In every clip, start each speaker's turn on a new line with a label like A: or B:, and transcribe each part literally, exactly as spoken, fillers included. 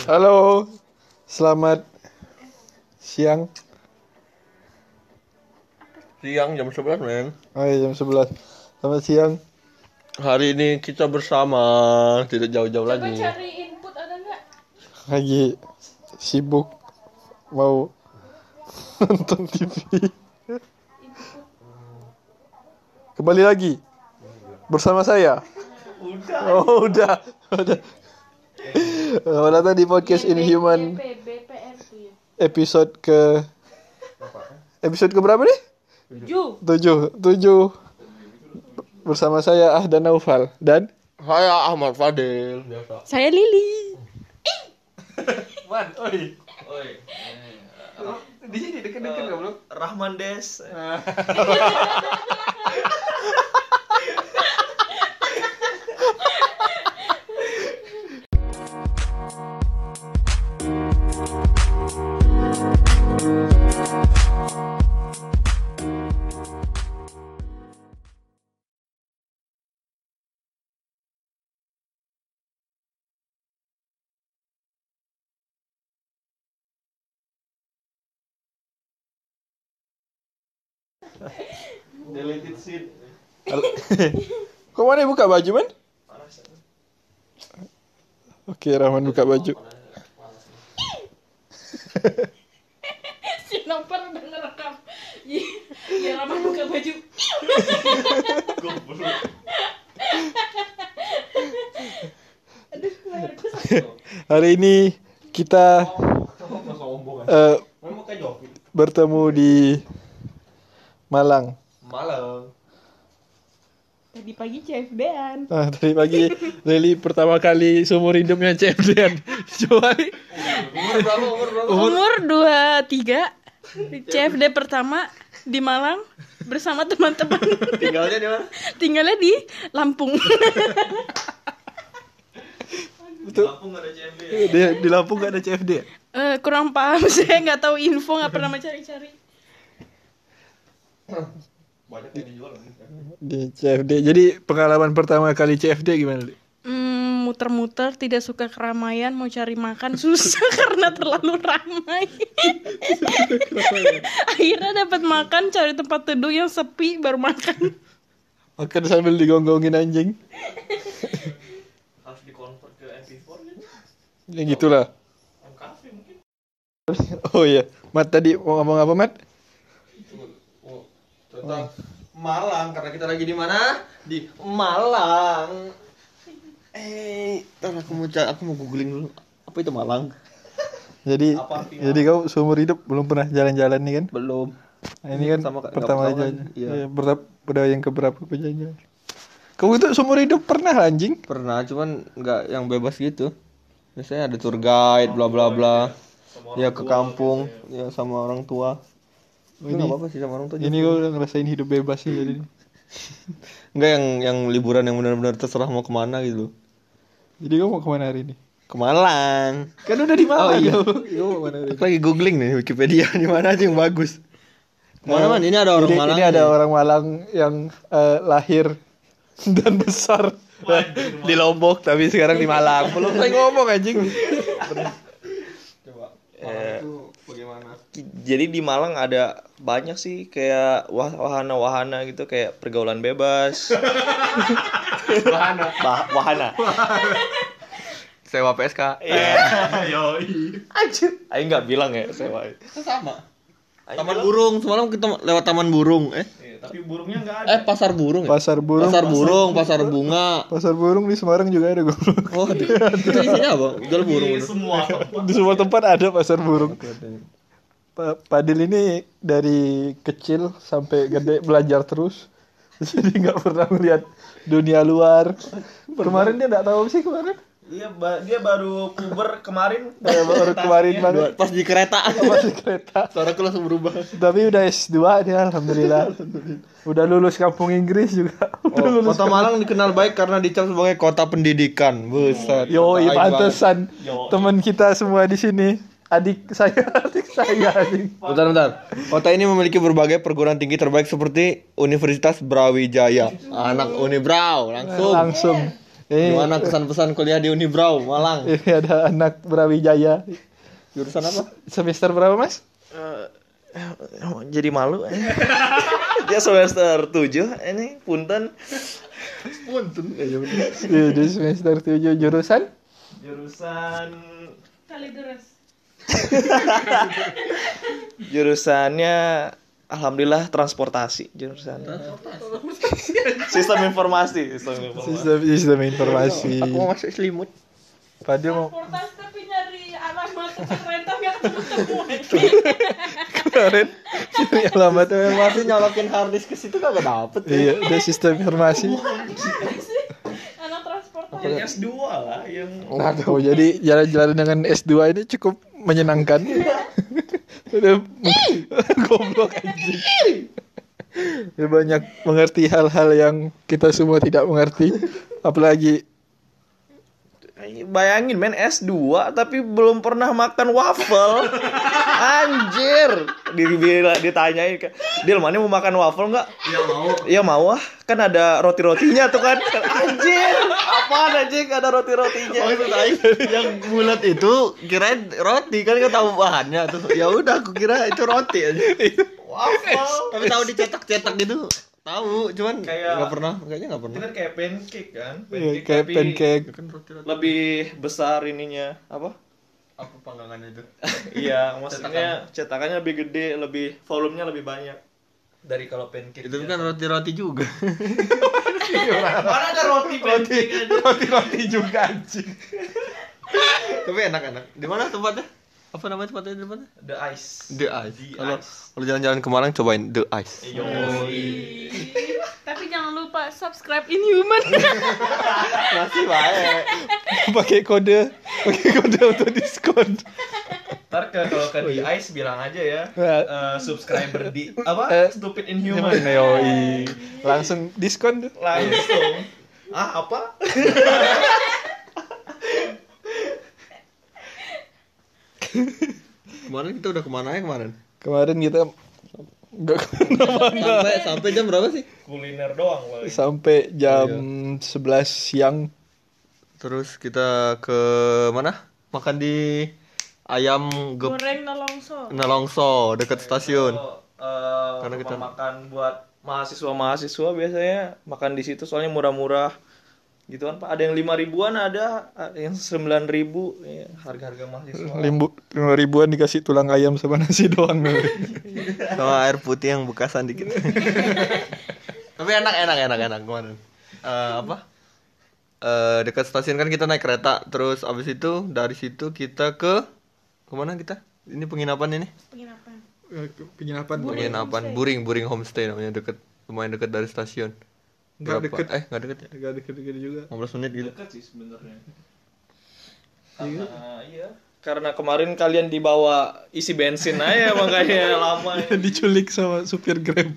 A: Halo, selamat siang.
B: Siang jam sebelas men.
A: Oh iya, jam sebelas. Selamat siang.
B: Hari ini kita bersama, tidak jauh-jauh
C: Coba
B: lagi.
C: cari input ada nggak?
A: Lagi sibuk mau nonton T V. Kembali lagi bersama saya.
B: Udah.
A: Oh udah, udah. Selamat datang di podcast Inhuman
C: Y P B P R tuh ya.
A: episode ke episode ke berapa nih?
C: Tujuh.
A: Tujuh, tujuh. Bersama saya Ahdan Naufal dan
B: Saya Ahmad Fadil. Biasa.
C: Saya Lili.
B: Man, oi.
D: Oi,
A: di sini deket-deket
D: eh,
A: belum?
D: Rahman Des. Deleted scene.
A: Kok mana buka baju man?
D: Panas.
A: Oke, Rahman buka baju.
C: Si Noper udah ngerekam. Ya Rama buka baju. Aduh, leherku sakit.
A: Hari ini kita eh,
D: Memang kayak Jovi.
A: bertemu di Malang.
D: Malang.
C: Tadi pagi C F D-an.
A: Ah, tadi pagi Leli pertama kali seumur hidupnya C F D-an. Coba nih.
D: Umur berapa? Umur berapa?
C: Umur dua puluh tiga. C F D pertama di Malang bersama teman-teman.
D: Tinggalnya di mana?
C: Tinggalnya di Lampung.
D: Di Lampung ada C F D.
A: Di, di Lampung gak ada C F D.
C: Eh, kurang paham, saya nggak tahu info, nggak pernah mencari-cari.
D: Banyak yang dijual.
A: Di C F D. Jadi pengalaman pertama kali C F D gimana, Li?
C: Hmm, muter-muter, tidak suka keramaian, mau cari makan susah karena terlalu ramai. Akhirnya dapat makan, cari tempat teduh yang sepi baru makan.
A: Makan sambil digonggongin anjing.
D: Harus dikonvert ke M P empat gitu.
A: Ya gitulah.
D: M K V mungkin.
A: Oh iya, Mat tadi mau ngomong apa, Mat?
D: Oh, tentang Malang, karena kita lagi di mana? Di Malang.
B: Eh, ntar aku mau ca- aku mau googling dulu. Apa itu Malang?
A: Jadi
D: Apa artinya?
A: jadi kau seumur hidup belum pernah jalan-jalan nih kan?
B: Belum.
A: Nah, ini kan
B: Sama- nggak
A: pertama
B: pertama
A: aja.
B: kan? Iya.
A: Iya, pertama udah yang keberapa kau jalan-jalan. Kau itu seumur hidup pernah anjing?
B: Pernah, cuman nggak yang bebas gitu. Biasanya ada tour guide, bla bla bla. Ya ke kampung, ya sama orang tua.
A: Oh,
B: Itu
A: ini
B: nggak apa-apa sih sama orang tua.
A: ini kau udah ngerasain hidup bebas nih jadi.
B: Enggak yang yang liburan yang benar-benar terserah mau kemana gitu.
A: Jadi kau mau kemana hari ini?
B: Ke Malang.
A: Kan udah di Malang.
B: Oh, iya.
A: kau. Kau mau kemana hari ini?
B: Aku lagi googling nih Wikipedia di mana aja yang bagus. Kemana man? Ini ada orang
A: Jadi,
B: Malang.
A: Ini ada
B: nih.
A: orang Malang yang eh, lahir dan besar di Lombok tapi sekarang di Malang. Belum saya ngomong anjing.
D: Coba.
B: Eh.
D: Malang itu bagaimana?
B: Jadi di Malang ada banyak sih kayak wah- wahana-wahana gitu kayak pergaulan bebas.
D: Wahana.
B: Bah- wahana. Sewa P S K. Iya.
D: Yoi.
B: Anjir. Aing enggak bilang ya sewa.
D: Sama.
B: Aing taman burung, semalam kita lewat taman burung. Eh,
D: Iya, tapi burungnya enggak ada.
B: eh pasar burung ya?
A: Pasar burung.
B: Pasar burung, pasar bunga.
A: Pasar burung di Semarang juga ada goblok.
B: Oh, di- itu isinya apa? Jual burung.
D: Di semua tempat.
A: Di semua tempat ada pasar burung. Pa- Padil ini dari kecil sampai gede belajar terus. Jadi nggak pernah melihat dunia luar. Kemarin dia nggak tahu sih kemarin.
D: Iya, ba- dia baru puber kemarin.
A: Eh, baru kemarin banget
B: Pas di kereta.
A: masih kereta.
B: Suaraku langsung berubah.
A: Tapi udah S dua dia alhamdulillah. Udah lulus kampung Inggris juga. Udah
B: Oh,
A: lulus
B: Kota Malang dikenal baik karena dicap sebagai kota pendidikan. Buset.
A: Yo,
B: Kota aing
A: pantesan
D: Yo.
A: teman kita semua di sini. Adik saya, adik saya anjing.
B: banget. Bentar, bentar. Kota ini memiliki berbagai perguruan tinggi terbaik seperti Universitas Brawijaya. Anak Unibrau langsung.
A: Langsung Ini,
B: Gimana kesan-pesan kuliah di Unibrau Malang?
A: ini ada anak Brawijaya.
B: Jurusan apa?
A: Semester berapa, Mas?
D: Jadi malu. Dia semester tujuh ini punten.
B: Punten. Ya bener.
A: Iya, di semester tujuh jurusan
D: Jurusan
C: Kali deras.
D: jurusannya alhamdulillah transportasi jurusan. Sistem informasi, sistem informasi.
A: sistem, sistem informasi.
B: Aku mau masuk selimut.
A: Padahal mau
C: Transportasi tapi nyari alamat pemerintah nggak ketemu-ketemu.
A: kemarin cari alamat
B: Masih nyolokin harddisk ke situ kagak dapet.
A: iya, ada sistem informasi.
C: Anak transportasi.
D: Yang S dua lah yang
A: Oh, jadi jalan-jalan dengan S dua ini cukup menyenangkan. Udah goblok anjing. Ya, banyak mengerti hal-hal yang kita semua tidak mengerti. Apalagi
D: bayangin men S dua tapi belum pernah makan waffle. Anjir. Dibila ditanyain kan, "Dil, mana mau makan waffle enggak?"
B: Iya mau.
D: Iya mau ah, kan ada roti-rotinya tuh kan. Anjir, apaan anjing ada roti-rotinya.
B: Oh itu tadi yang bulat itu kirain roti kan nggak tahu bahannya tuh. Ya udah aku kira itu roti aja.
D: Waffle.
B: Tapi tahu dicetak-cetak gitu. Tahu, cuman
D: Kayak-
B: nggak pernah, kayaknya nggak
D: Itu
B: pernah.
D: kan kayak pancake kan?
A: iya, kayak
D: tapi
A: pancake.
B: Kan roti-roti.
D: lebih besar ininya, apa?
B: Apa panggangannya itu?
D: Iya, maksudnya cetakannya lebih gede, lebih volumenya lebih banyak dari kalau pancake.
B: Itu kan roti-roti juga.
D: Mana ada roti pancake aja.
A: Roti-roti juga anjing.
B: Tapi enak-enak. Di mana tempatnya? Apa namanya tempatnya di tempatnya?
D: The Ice.
B: The Ice.
D: The
B: Kalau
D: Ice.
B: kalau jalan-jalan ke Malang cobain The Ice.
D: Yo.
C: Tapi jangan lupa subscribe Inhuman.
B: Masih baik.
A: Pakai kode, pakai kode untuk diskon.
D: Ntar ke kalau ke The Ice bilang aja ya.
A: Nah.
D: eh, subscriber di apa?
A: Eh,
D: Stupid Inhuman.
A: Yoi. Langsung diskon tuh.
D: Langsung. Ah, apa?
B: Kemarin kita udah kemana ya kemarin?
A: Kemarin kita nggak
B: Sampai sampai jam berapa sih?
D: Kuliner doang paling.
A: sampai jam sebelas siang.
B: Terus kita ke mana? Makan di ayam gep
C: Goreng nolongso.
B: Nelongso dekat stasiun.
D: Kalau, eh,
B: Karena
D: rumah
B: kita-
D: makan buat mahasiswa-mahasiswa biasanya makan di situ soalnya murah-murah gitu kan Pak. Ada yang lima ribuan, ada yang sembilan ribu, ya, harga-harga mahasiswa.
A: Limbu lima ribuan dikasih tulang ayam sama nasi doang.
B: Sama air putih yang bekasan dikit. Tapi enak enak enak enak kemarin. Eh, apa? Eh, dekat stasiun kan kita naik kereta, terus abis itu dari situ kita ke kemana kita? Ini penginapan ini?
C: Penginapan.
A: Penginapan.
B: Penginapan Buring Buring Homestay namanya, deket lumayan dekat dari stasiun.
A: Nggak
B: Berapa?
A: deket.
B: Eh nggak deket ya?
A: Agak deket-deket juga.
B: lima belas menit gitu.
D: Dekat sih sebenarnya. Karena iya. Karena kemarin kalian dibawa isi bensin aja makanya lama.
A: Diculik sama supir Grab.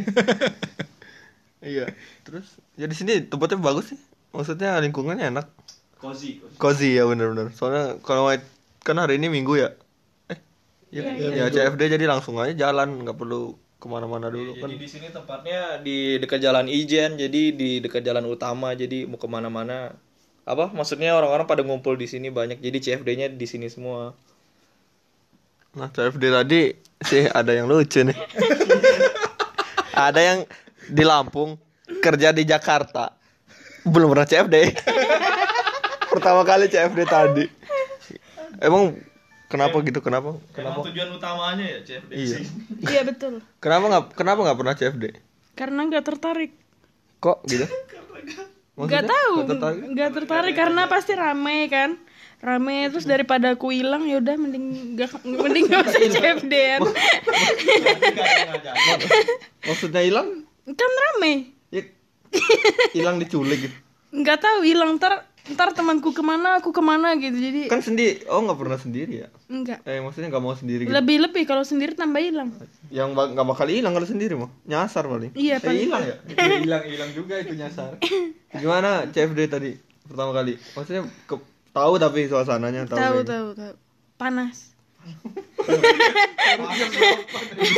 B: Iya. Terus ya di sini tempatnya bagus sih. Maksudnya lingkungannya enak.
D: Cozy, cozy.
B: Cozy ya bener-bener. Soalnya kalau kan hari ini minggu ya. Eh, iya
C: Iya,
B: ya, C F D jadi langsung aja jalan, nggak perlu kemana-mana dulu kan.
D: Jadi di sini tempatnya di dekat jalan Ijen, jadi di dekat jalan utama, jadi mau kemana-mana. Apa? Maksudnya orang-orang pada ngumpul di sini banyak, jadi C F D-nya di sini semua.
B: Nah C F D tadi sih ada yang lucu nih. Ada yang di Lampung kerja di Jakarta, belum pernah C F D. Pertama kali C F D tadi. Emang kenapa gitu? Kenapa?
D: Emang tujuan utamanya ya C F D
B: Iya.
D: sih.
C: Iya betul.
B: Kenapa nggak kenapa nggak pernah C F D?
C: Karena nggak tertarik.
B: Kok gitu?
C: Nggak
B: Maksudnya?
C: tahu.
B: Nggak tertarik?
C: Nggak tertarik karena pasti rame kan. Rame terus daripada aku hilang ya udah mending nggak mending nggak usah C F D-an.
B: Maksudnya hilang?
C: Kan rame.
B: Ya, hilang diculik gitu.
C: Nggak tahu hilang ntar ntar temanku kemana aku kemana gitu jadi
B: Kan sendiri. Oh nggak pernah sendiri ya?
C: enggak.
B: Eh maksudnya nggak mau sendiri gitu.
C: Lebih lebih kalau sendiri tambah hilang.
B: Yang ba- nggak bakal hilang kalau sendiri mah. Nyasar paling.
C: Iya
B: Eh,
C: paling.
B: hilang ya?
A: Hilang-hilang juga itu nyasar.
B: Gimana C F D tadi pertama kali? Maksudnya ke, tahu tapi suasananya tahu.
C: Tahu
B: kayak-
C: tahu tahu. Panas.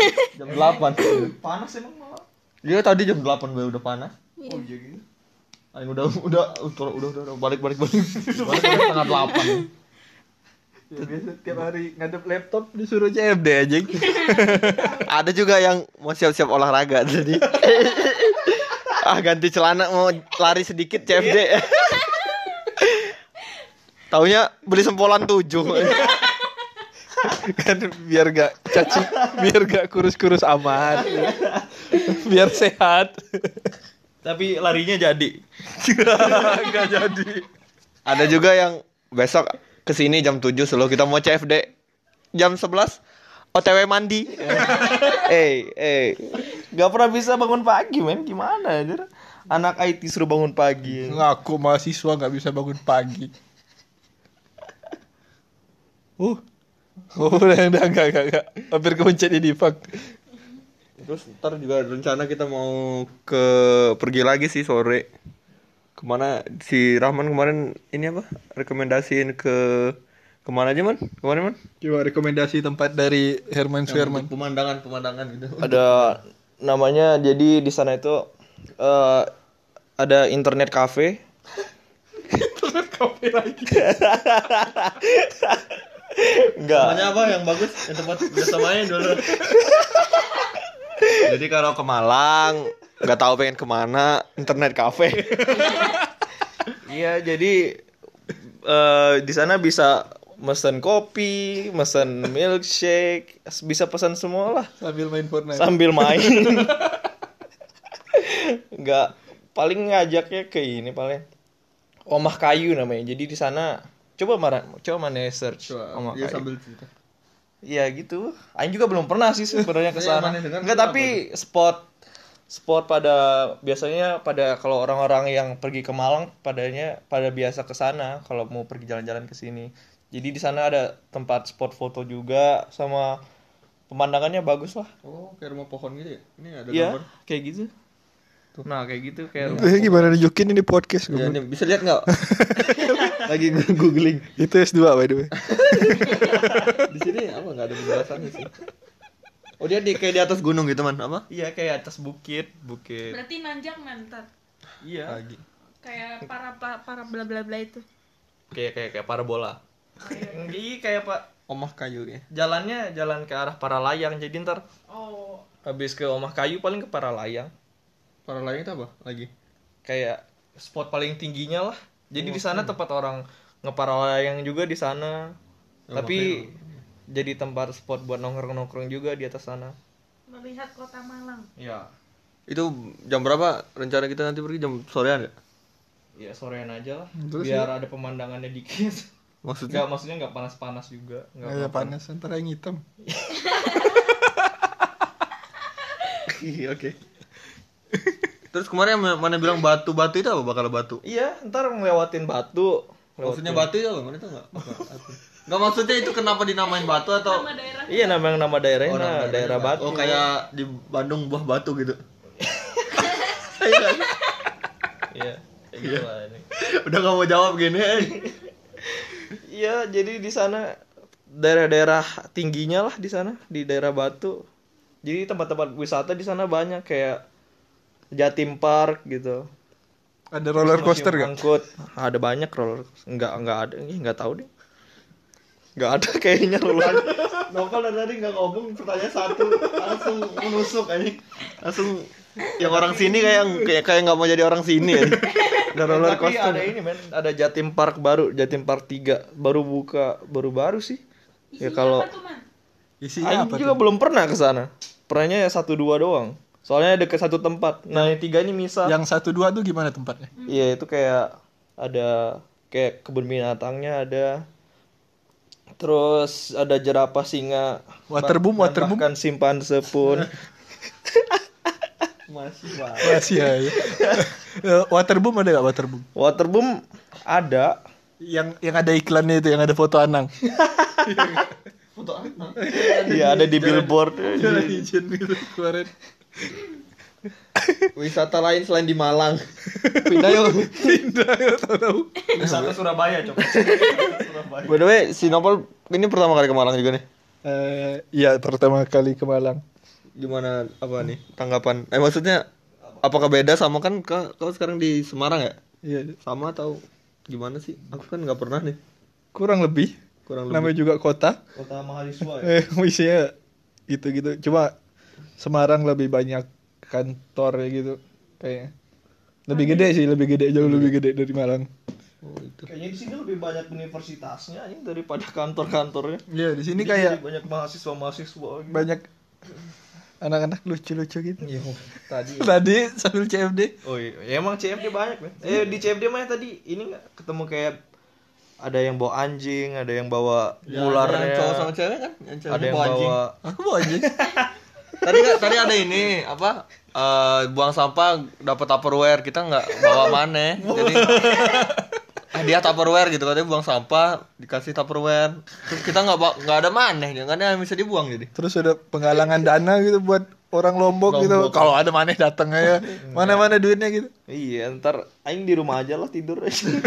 B: Jam delapan.
D: Panas emang malah.
B: Iya tadi jam delapan baru udah panas.
C: Iya.
D: gitu.
B: Aing udah udah udah udah udah, udah balik balik balik. Balik balik setengah delapan.
A: Ya, biasa tiap hari ngadep laptop disuruh C F D aja.
B: Ada juga yang mau siap-siap olahraga jadi. Ah ganti celana mau lari sedikit C F D. Taunya beli sempolan tujuh.
A: Kan biar gak caci, biar gak kurus-kurus amat. Biar sehat.
D: Tapi larinya jadi.
A: Gak jadi.
B: Ada juga yang besok kesini jam tujuh selalu kita mau C F D. Jam sebelas O T W mandi.
D: Eh, eh. Gak pernah bisa bangun pagi, men. Gimana anjir? Anak I T suruh bangun pagi.
A: Ngaku mahasiswa gak bisa bangun pagi. Uh. Oh, udah, udah, enggak, enggak, enggak. Hampir kepencet ini, fuck.
B: Terus ntar juga rencana kita mau ke pergi lagi sih sore. Kemana si Rahman kemarin ini apa? Rekomendasiin ke kemana aja man? Kemarin man?
A: Coba rekomendasi tempat dari Herman Suherman.
B: Pemandangan pemandangan gitu.
D: Ada namanya, jadi di sana itu eh, ada internet cafe.
A: Internet kafe lagi.
D: Enggak.
B: Namanya apa yang bagus? Yang tempat biasa main dulu. Jadi kalau ke Malang nggak tahu pengen kemana, internet cafe.
D: Iya, jadi eh, di sana bisa mesen kopi, mesen milkshake, bisa pesan semua lah
A: Sambil main Fortnite.
D: sambil main. Enggak, paling ngajaknya ke ini paling Omah Kayu namanya. Jadi di sana coba mana coba mana search Omah
B: Dia
D: Kayu.
B: sambil cerita.
D: Iya gitu. Aing juga belum pernah sih sebenarnya ke
B: Iya,
D: sana.
B: mana dengar
D: Enggak,
B: tuh
D: tapi spot spot pada biasanya pada kalau orang-orang yang pergi ke Malang padanya pada biasa ke sana kalau mau pergi jalan-jalan ke sini. Jadi di sana ada tempat spot foto juga sama pemandangannya bagus lah.
B: Oh, kayak rumah pohon gitu ya? Ini ada
D: Iya,
B: gambar.
D: kayak gitu. Nah, kayak gitu kayak rumah.
A: Eh, gimana nunjukin ini podcast?
B: Iya, ini bisa lihat nggak? Lagi googling.
A: Itu S dua by the way.
B: Di sini apa nggak ada penjelasannya sih? Oh dia di kayak di atas gunung gitu man? Apa?
D: Iya, kayak atas bukit, bukit.
C: Berarti nanjak nanti.
D: Iya.
B: Lagi.
C: Kayak para para, para bla bla bla itu.
D: Kayak kayak kayak parabola. Iya, kayak Pak.
B: Omah kayu ya.
D: Jalannya jalan ke arah Paralayang. Jadi ntar
C: Oh.
D: habis ke Omah Kayu paling ke Paralayang.
B: Para lain itu apa? Lagi.
D: Kayak spot paling tingginya lah. Jadi di sana tempat orang ngeparalayang juga di sana.
B: Oh,
D: Tapi jadi tempat spot buat nongkrong-nongkrong juga di atas sana.
C: Melihat kota Malang.
D: Iya.
B: Itu jam berapa rencana kita nanti pergi? Jam sorean ya?
D: Ya sorean aja lah.
A: Terus
D: Biar ada pemandangannya dikit.
B: Maksudnya?
D: Enggak, maksudnya enggak panas-panas juga. Enggak
A: Kayak
D: apa-apa.
A: panas antara yang hitam.
B: Iya oke. Terus kemarin yang mana bilang batu-batu itu apa bakal batu?
D: Iya, ntar ngelewatin batu.
B: Maksudnya batu itu apa? Mana itu enggak? Enggak maksudnya itu kenapa dinamain batu atau
C: Nama daerah.
D: Iya, nama nama daerahnya
B: Oh, nama
D: nah, daerah batu.
B: Oh kayak di Bandung buah batu gitu.
D: Iya, kayak gitu lah ini.
B: Udah gak mau jawab gini. Eh.
D: Iya, jadi di sana daerah-daerah tingginya lah di sana, di daerah Batu. Jadi tempat-tempat wisata di sana banyak kayak Jatim Park gitu.
A: Ada roller coaster
D: Museum
A: gak?
D: Angkut. Ada banyak roller. Enggak enggak ada. Ih, enggak tahu deh. Enggak ada kayaknya roller.
B: Nopal dari tadi gak ngomong pertanyaan satu langsung menusuk aja. Langsung yang orang sini kayak kayak kayak nggak mau jadi orang sini ya. Ada roller
D: Tapi
B: coaster.
D: ada ini men, ada Jatim Park baru, Jatim Park tiga baru buka, baru-baru sih. Ya kalau
C: Apa tuh, Man?
A: Isinya
D: Aing
A: apa
D: juga
A: tuh?
D: belum pernah ke sana. Pernahnya ya satu dua doang. Soalnya deket satu tempat. Nah, yang tiga ini misal.
A: Yang satu dua tuh gimana tempatnya?
D: Iya, itu kayak ada kayak kebun binatangnya ada. Terus ada jerapah singa.
A: Waterboom,
D: Dan
A: waterboom.
D: Bahkan simpanse pun.
B: Masih banget.
A: Masih ya. Eh, Waterboom ada gak waterboom?
D: Waterboom ada.
A: Yang yang ada iklannya itu, yang ada foto Anang.
B: Foto anak.
D: Iya, ada di billboard.
A: Jalan izin gitu kemarin.
B: Wisata lain selain di Malang. Pindah yuk.
A: Pindah ya tahu.
D: Wisata Surabaya, coba.
B: By the way, si Nopal ini pertama kali ke Malang juga nih.
A: Eh, iya pertama kali ke Malang.
B: Gimana apa nih tanggapan? Eh maksudnya apakah beda sama kan kau, kau sekarang di Semarang ya?
A: Iya,
B: Sama atau gimana sih? Aku kan nggak pernah nih.
A: kurang lebih.
B: Kurang lebih.
A: Namanya juga kota.
D: Kota mahasiswa ya.
A: Eh, isinya gitu-gitu. Cuma Semarang lebih banyak kantornya gitu kayaknya. Lebih gede sih, lebih gede, jauh lebih gede dari Malang.
B: Oh, itu.
D: Kayaknya di sini lebih banyak universitasnya anjing daripada kantor-kantornya.
A: Iya, di sini
D: Jadi
A: kayak
D: banyak mahasiswa-mahasiswa gitu.
A: banyak anak-anak lucu-lucu gitu.
D: Iya, tadi.
A: Tadi sambil C F D.
D: Oh iya, ya, emang C F D banyak kan? Eh di C F D mah tadi ini nggak ketemu kayak ada yang bawa anjing, ada yang bawa ularnya,
B: Yang cowok sama cewek kan? Yang cewek
D: ada yang
B: bawa anjing.
D: bawa
A: Aku mau aja.
B: Tadi kan tadi ada ini apa? Eh, buang sampah dapat Tupperware, kita nggak bawa mana. Jadi hadiah Tupperware gitu, katanya buang sampah dikasih Tupperware. Terus kita nggak ba- nggak ada maneh, nggak ada yang bisa dibuang jadi.
A: Terus ada penggalangan dana gitu buat orang Lombok, gitu.
B: Lombok.
A: Kalau ada maneh datang aja. Mana-mana duitnya gitu.
D: Iya, ntar aing di rumah aja lah tidur.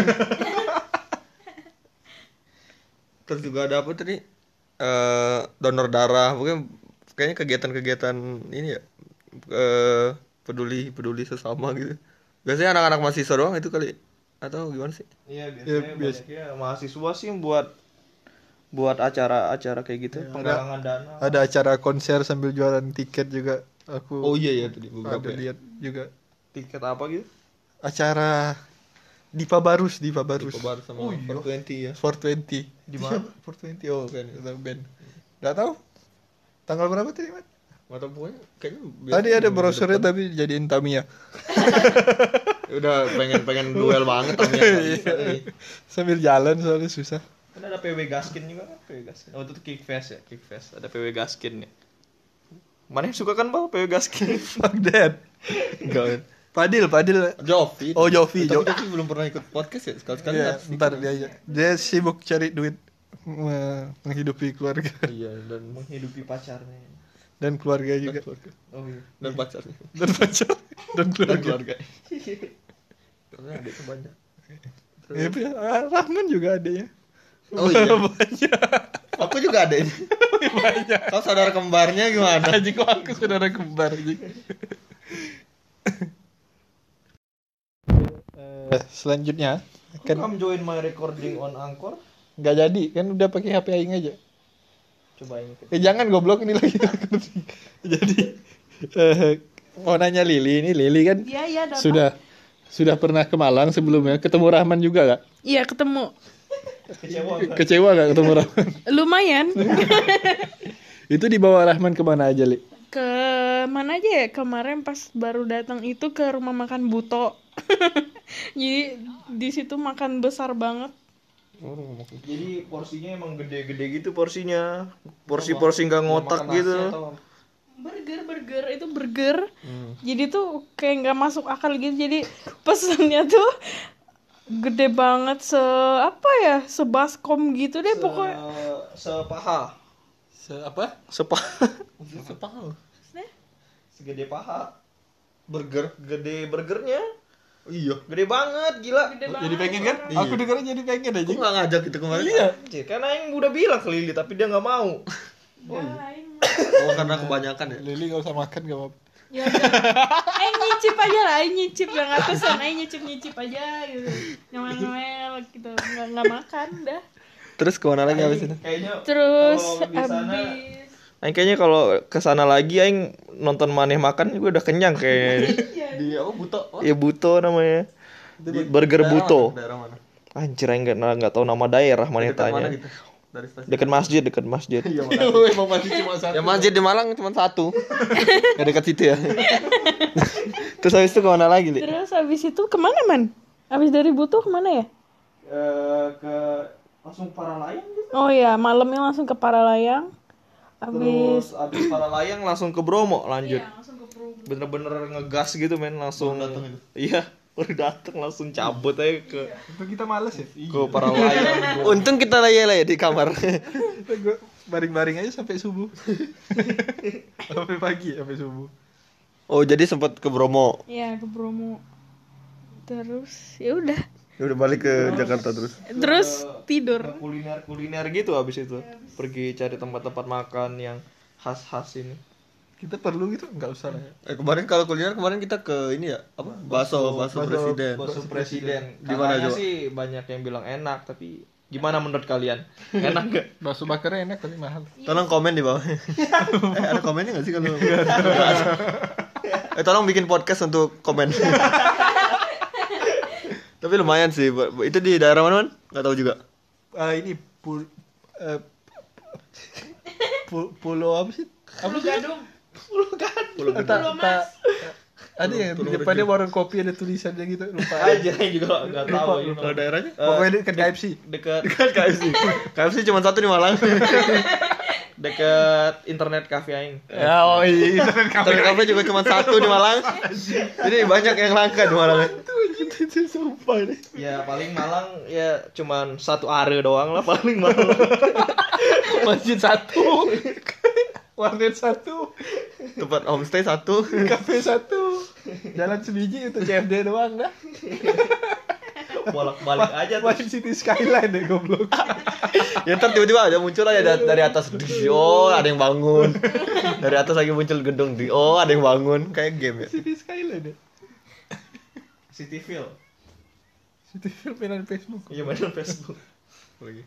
B: Terus juga ada apa tadi? Eh donor darah, mungkin kayaknya kegiatan-kegiatan ini ya. Eh peduli peduli sesama gitu. Biasanya anak-anak mahasiswa doang itu kali, atau gimana sih?
D: Iya, biasanya
A: Iya, biasa.
D: banyaknya mahasiswa sih yang buat buat acara-acara kayak gitu, penggalangan dana.
A: Ada acara konser sambil jualan tiket juga. Aku
B: Oh iya ya tadi
A: ada
B: beberapa. Ya.
A: lihat juga.
D: Tiket apa gitu?
A: Acara Diva Barus, Diva Barus.
B: Kobar sama
A: Oh, iya.
B: four twenty ya.
A: four twenty.
D: Di mana?
A: four twenty oh kan itu band. Enggak tahu. Tanggal berapa tadi, Mat?
B: Mata pokoknya kayaknya biasa
A: Tadi ada
B: minggu
A: brosurnya
B: depan.
A: tapi jadiin Tamiya.
B: Udah pengen pengen duel banget tapi nggak bisa nih.
A: Sambil jalan soalnya susah.
D: Kan ada P W Gaskin juga kan, P W Gaskin. Oh, itu tuh Kickfest ya, Kickfest. Ada P W Gaskin nih. Mana yang suka kan, Bang, P W Gaskin?
A: Fuck that.
B: Enggak.
A: Padil, Padil.
B: Jovi.
A: Oh, Jovi,
B: Tapi
A: Jo-
B: Jovi belum pernah ikut podcast ya sekali-sekali.
A: Iya,
B: harus
A: ntar
B: ikut.
A: dia aja. Dia sibuk cari duit me- menghidupi keluarga
B: Iya dan
D: Menghidupi pacarnya.
A: dan keluarga juga
B: keluarga.
D: Oh iya.
B: Dan pacarnya.
A: dan pacar dan
B: Dan
A: keluarga.
B: keluarga. Karena adiknya banyak.
A: Ya, ah, Rahman juga adanya.
B: Oh iya.
A: Banyak.
B: Aku juga ada ini.
A: Banyak.
B: Kau saudara kembarnya gimana?
A: Anjing kok aku saudara kembar anjing. Eh, selanjutnya
D: Kan
A: kan
D: come join my recording on Anchor.
A: nggak jadi kan udah pakai H P aing aja.
D: Coba ini.
A: Eh jangan goblok ini lagi recording. Jadi eh, mau nanya Lili ini Lili kan
C: Iya, iya, ada apa?
A: sudah sudah pernah ke Malang sebelumnya, ketemu Rahman juga gak?
C: Iya, ketemu.
D: Kecewa kan?
A: Kecewa gak ketemu Rahman?
C: Lumayan.
A: Itu dibawa Rahman kemana aja, Li?
C: Ke mana aja ya? Kemarin pas baru datang itu ke rumah makan Buto. Jadi di situ makan besar banget.
D: Jadi porsinya emang gede-gede gitu porsinya. Porsi-porsi nggak ngotak gitu.
C: Burger, burger itu burger. Jadi tuh kayak nggak masuk akal gitu. Jadi pesannya tuh gede banget se apa ya? Sebaskom gitu deh pokoknya.
D: Sepaha.
A: Se apa?
D: Sepaha.
B: Sepahal.
D: Segede paha.
B: Burger.
D: Gede burgernya.
B: Iya.
D: Gede banget, gila.
C: Gede banget.
A: Jadi pengen kan?
B: Iya.
A: Aku dengarnya jadi pengen aja.
B: Aku nggak ngajak itu kemarin.
A: Iya.
D: Anjir, kan aing udah bilang ke Lili tapi dia nggak mau.
C: Lain.
B: Oh karena kebanyakan ya.
A: Lili gak usah makan gak apa-apa.
C: Ya udah. Aing nyicip aja lah, aing nyicip yang nggak pesan, aing nyicip nyicip aja gitu. Nyamel-nyamel gitu, nggak nggak makan dah.
B: Terus kemana lagi habis itu?
D: Kayaknya
C: Terus
D: kalau di sana
C: habis
D: aing kayaknya kalau ke sana lagi aing nonton maneh makan juga udah kenyang kayaknya.
B: Di oh buto. Oh.
D: Ya Buto namanya. Burger
B: Daerah
D: Buto.
B: mana? Daerah mana?
D: Anjir aing nggak nggak tahu nama daerah maneh
B: Dekat mana
D: tanya.
B: gitu? Dari stasiun.
D: Dekat masjid, dekat masjid.
B: Iya
A: Emang masih cuma satu.
B: Ya masjid di Malang cuma satu. Gak dekat situ ya.
D: Terus habis itu kemana lagi, Li?
C: terus habis itu kemana man? Habis dari Butuh kemana ya?
D: Eh, ke langsung Paralayang gitu.
C: Oh ya malamnya langsung ke Paralayang. Habis
D: Terus habis Paralayang langsung ke Bromo lanjut.
C: langsung ke Progo.
D: Bener-bener ngegas gitu men, langsung
B: Baru dateng itu?
D: iya, baru dateng langsung cabut aja ke
A: Itu kita males ya?
D: ke Paralayang.
B: Untung kita lah ya di kamar.
A: Gue baring-baring aja sampai subuh. Sampai pagi, sampai subuh.
B: Oh jadi sempat ke Bromo.
C: Iya ke Bromo. Terus ya udah.
B: Ya udah balik ke Jakarta terus.
C: Terus tidur.
D: Kuliner-kuliner gitu habis itu. Pergi cari tempat-tempat makan yang khas-khas ini.
A: Kita perlu gitu nggak usah lah ya.
B: Eh kemarin kalau kuliner kemarin kita ke ini ya apa? Bakso, bakso
A: bakso-
B: presiden.
D: Bakso presiden.
B: Gimana,
D: Katanya
B: coba?
D: sih banyak yang bilang enak, tapi gimana menurut kalian? Enak gak?
A: Bakso bakarnya enak tapi mahal.
B: Tolong komen di bawah. eh ada komennya nggak sih kalau? eh tolong bikin podcast untuk komen. Tapi lumayan sih. Itu di daerah mana, Man? Nggak tahu juga.
A: Ah ini pul eh, pu- pulau apa sih?
C: Pulau Gadung.
D: Pulau kan.
B: Pulau
A: Tak-
B: Gede.
C: Pulau
A: tak-
C: Mas.
A: ada ya di depannya warung kopi ada tulisannya gitu lupa.
D: Aja juga nggak tahu. ini.
B: Kalau daerahnya?
A: Pokoknya dekat K F C.
D: Dekat
B: Kan K F C. K F C cuma satu di Malang.
D: dekat internet cafe aing.
A: Ya oh iya.
B: Internet cafe juga cuma satu di Malang. Jadi banyak yang langka di Malang.
A: Itu sumpah deh.
D: Ya paling Malang ya cuman satu are doang lah paling Malang.
A: Masjid satu. Warnet satu.
B: Tempat homestay satu.
A: Kafe satu. Jalan sebiji itu C F D doang dah.
D: Bolak-balik aja tuh.
A: Masih City Skyline deh goblok.
B: Ya ntar tiba-tiba aja muncul aja dari, dari atas. Oh ada yang bangun. Dari atas lagi muncul gedung. Oh ada yang bangun. Kayak game ya.
A: City Skyline deh.
D: Cityville.
A: City Film mainan Facebook.
D: Iya mainan Facebook.
B: Lagi.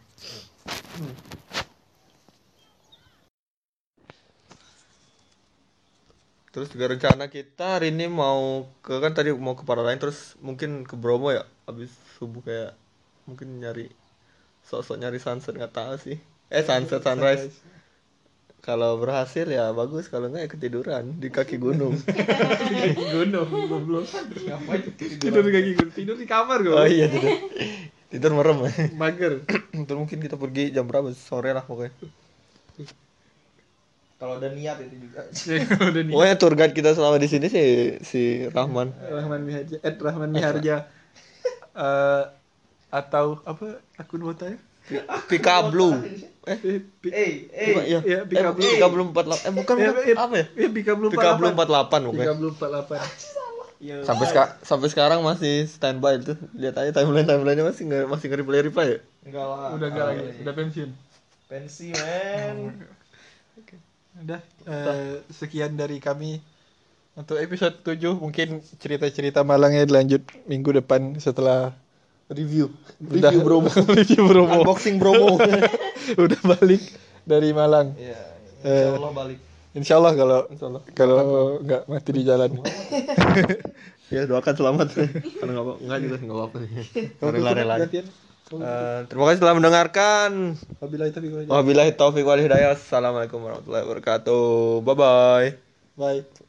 B: Terus juga rencana kita hari ini mau ke kan tadi mau ke Paralayang terus mungkin ke Bromo ya abis subuh kayak mungkin nyari sok-sok nyari sunset nggak tahu sih eh sunset sunrise kalau berhasil ya bagus kalau nggak ya ketiduran di kaki gunung.
A: Gunung goblok. Ngapain tidur di kaki gunung? Tidur di kamar gue.
B: Oh iya tidur tidur merem.
A: Mager.
B: Terus mungkin kita pergi jam berapa sore lah pokoknya.
D: Kalau ada niat itu juga.
A: Udah nih.
B: Pokoknya tour guide kita selama di sini sih si Rahman.
A: Rahman Miharja, Ed Rahman Miharja. Eh atau apa akun botanya?
B: Pika Blue. Eh,
A: Eh, Pi-
D: Eh, eh.
B: iya.
A: Iya, Pika
B: eh,
A: Blue.
B: Pika Blue empat puluh delapan. Eh, bukan,
A: Iya,
B: bukan.
A: iya.
B: Apa ya?
A: Iya, Pika Blue
B: Pika Blue empat puluh delapan
A: Pika
B: pokoknya.
A: Blue empat puluh delapan.
D: Iya.
B: Sampai seka sampai sekarang masih standby itu. Lihat aja timeline timelinenya masih nggak masih nggak reply reply ya.
D: Enggak lah.
A: Udah enggak
D: Ah,
A: lagi,
D: iya.
A: udah pensiun.
D: Pensi, men.
A: Udah eh, sekian dari kami untuk episode tujuh. Mungkin cerita-cerita Malangnya dilanjut minggu depan setelah
B: Review.
A: udah
B: Review Bromo.
A: review Bromo.
B: Unboxing Bromo.
A: Udah balik dari Malang.
D: Iya.
A: Eh.
D: Insyaallah balik.
A: Insya Allah kalau kalau nggak mati di jalan.
B: Ya doakan selamat. Kalau nggak apa nggak juga nggak apa-apa. Rela-rela.
A: Gantian.
B: Eh, terima kasih telah mendengarkan.
A: Wabillahi taufiq wal hidayah.
B: Wabillahi taufiq wal hidayah. Assalamualaikum warahmatullahi wabarakatuh. Bye bye.
A: Bye.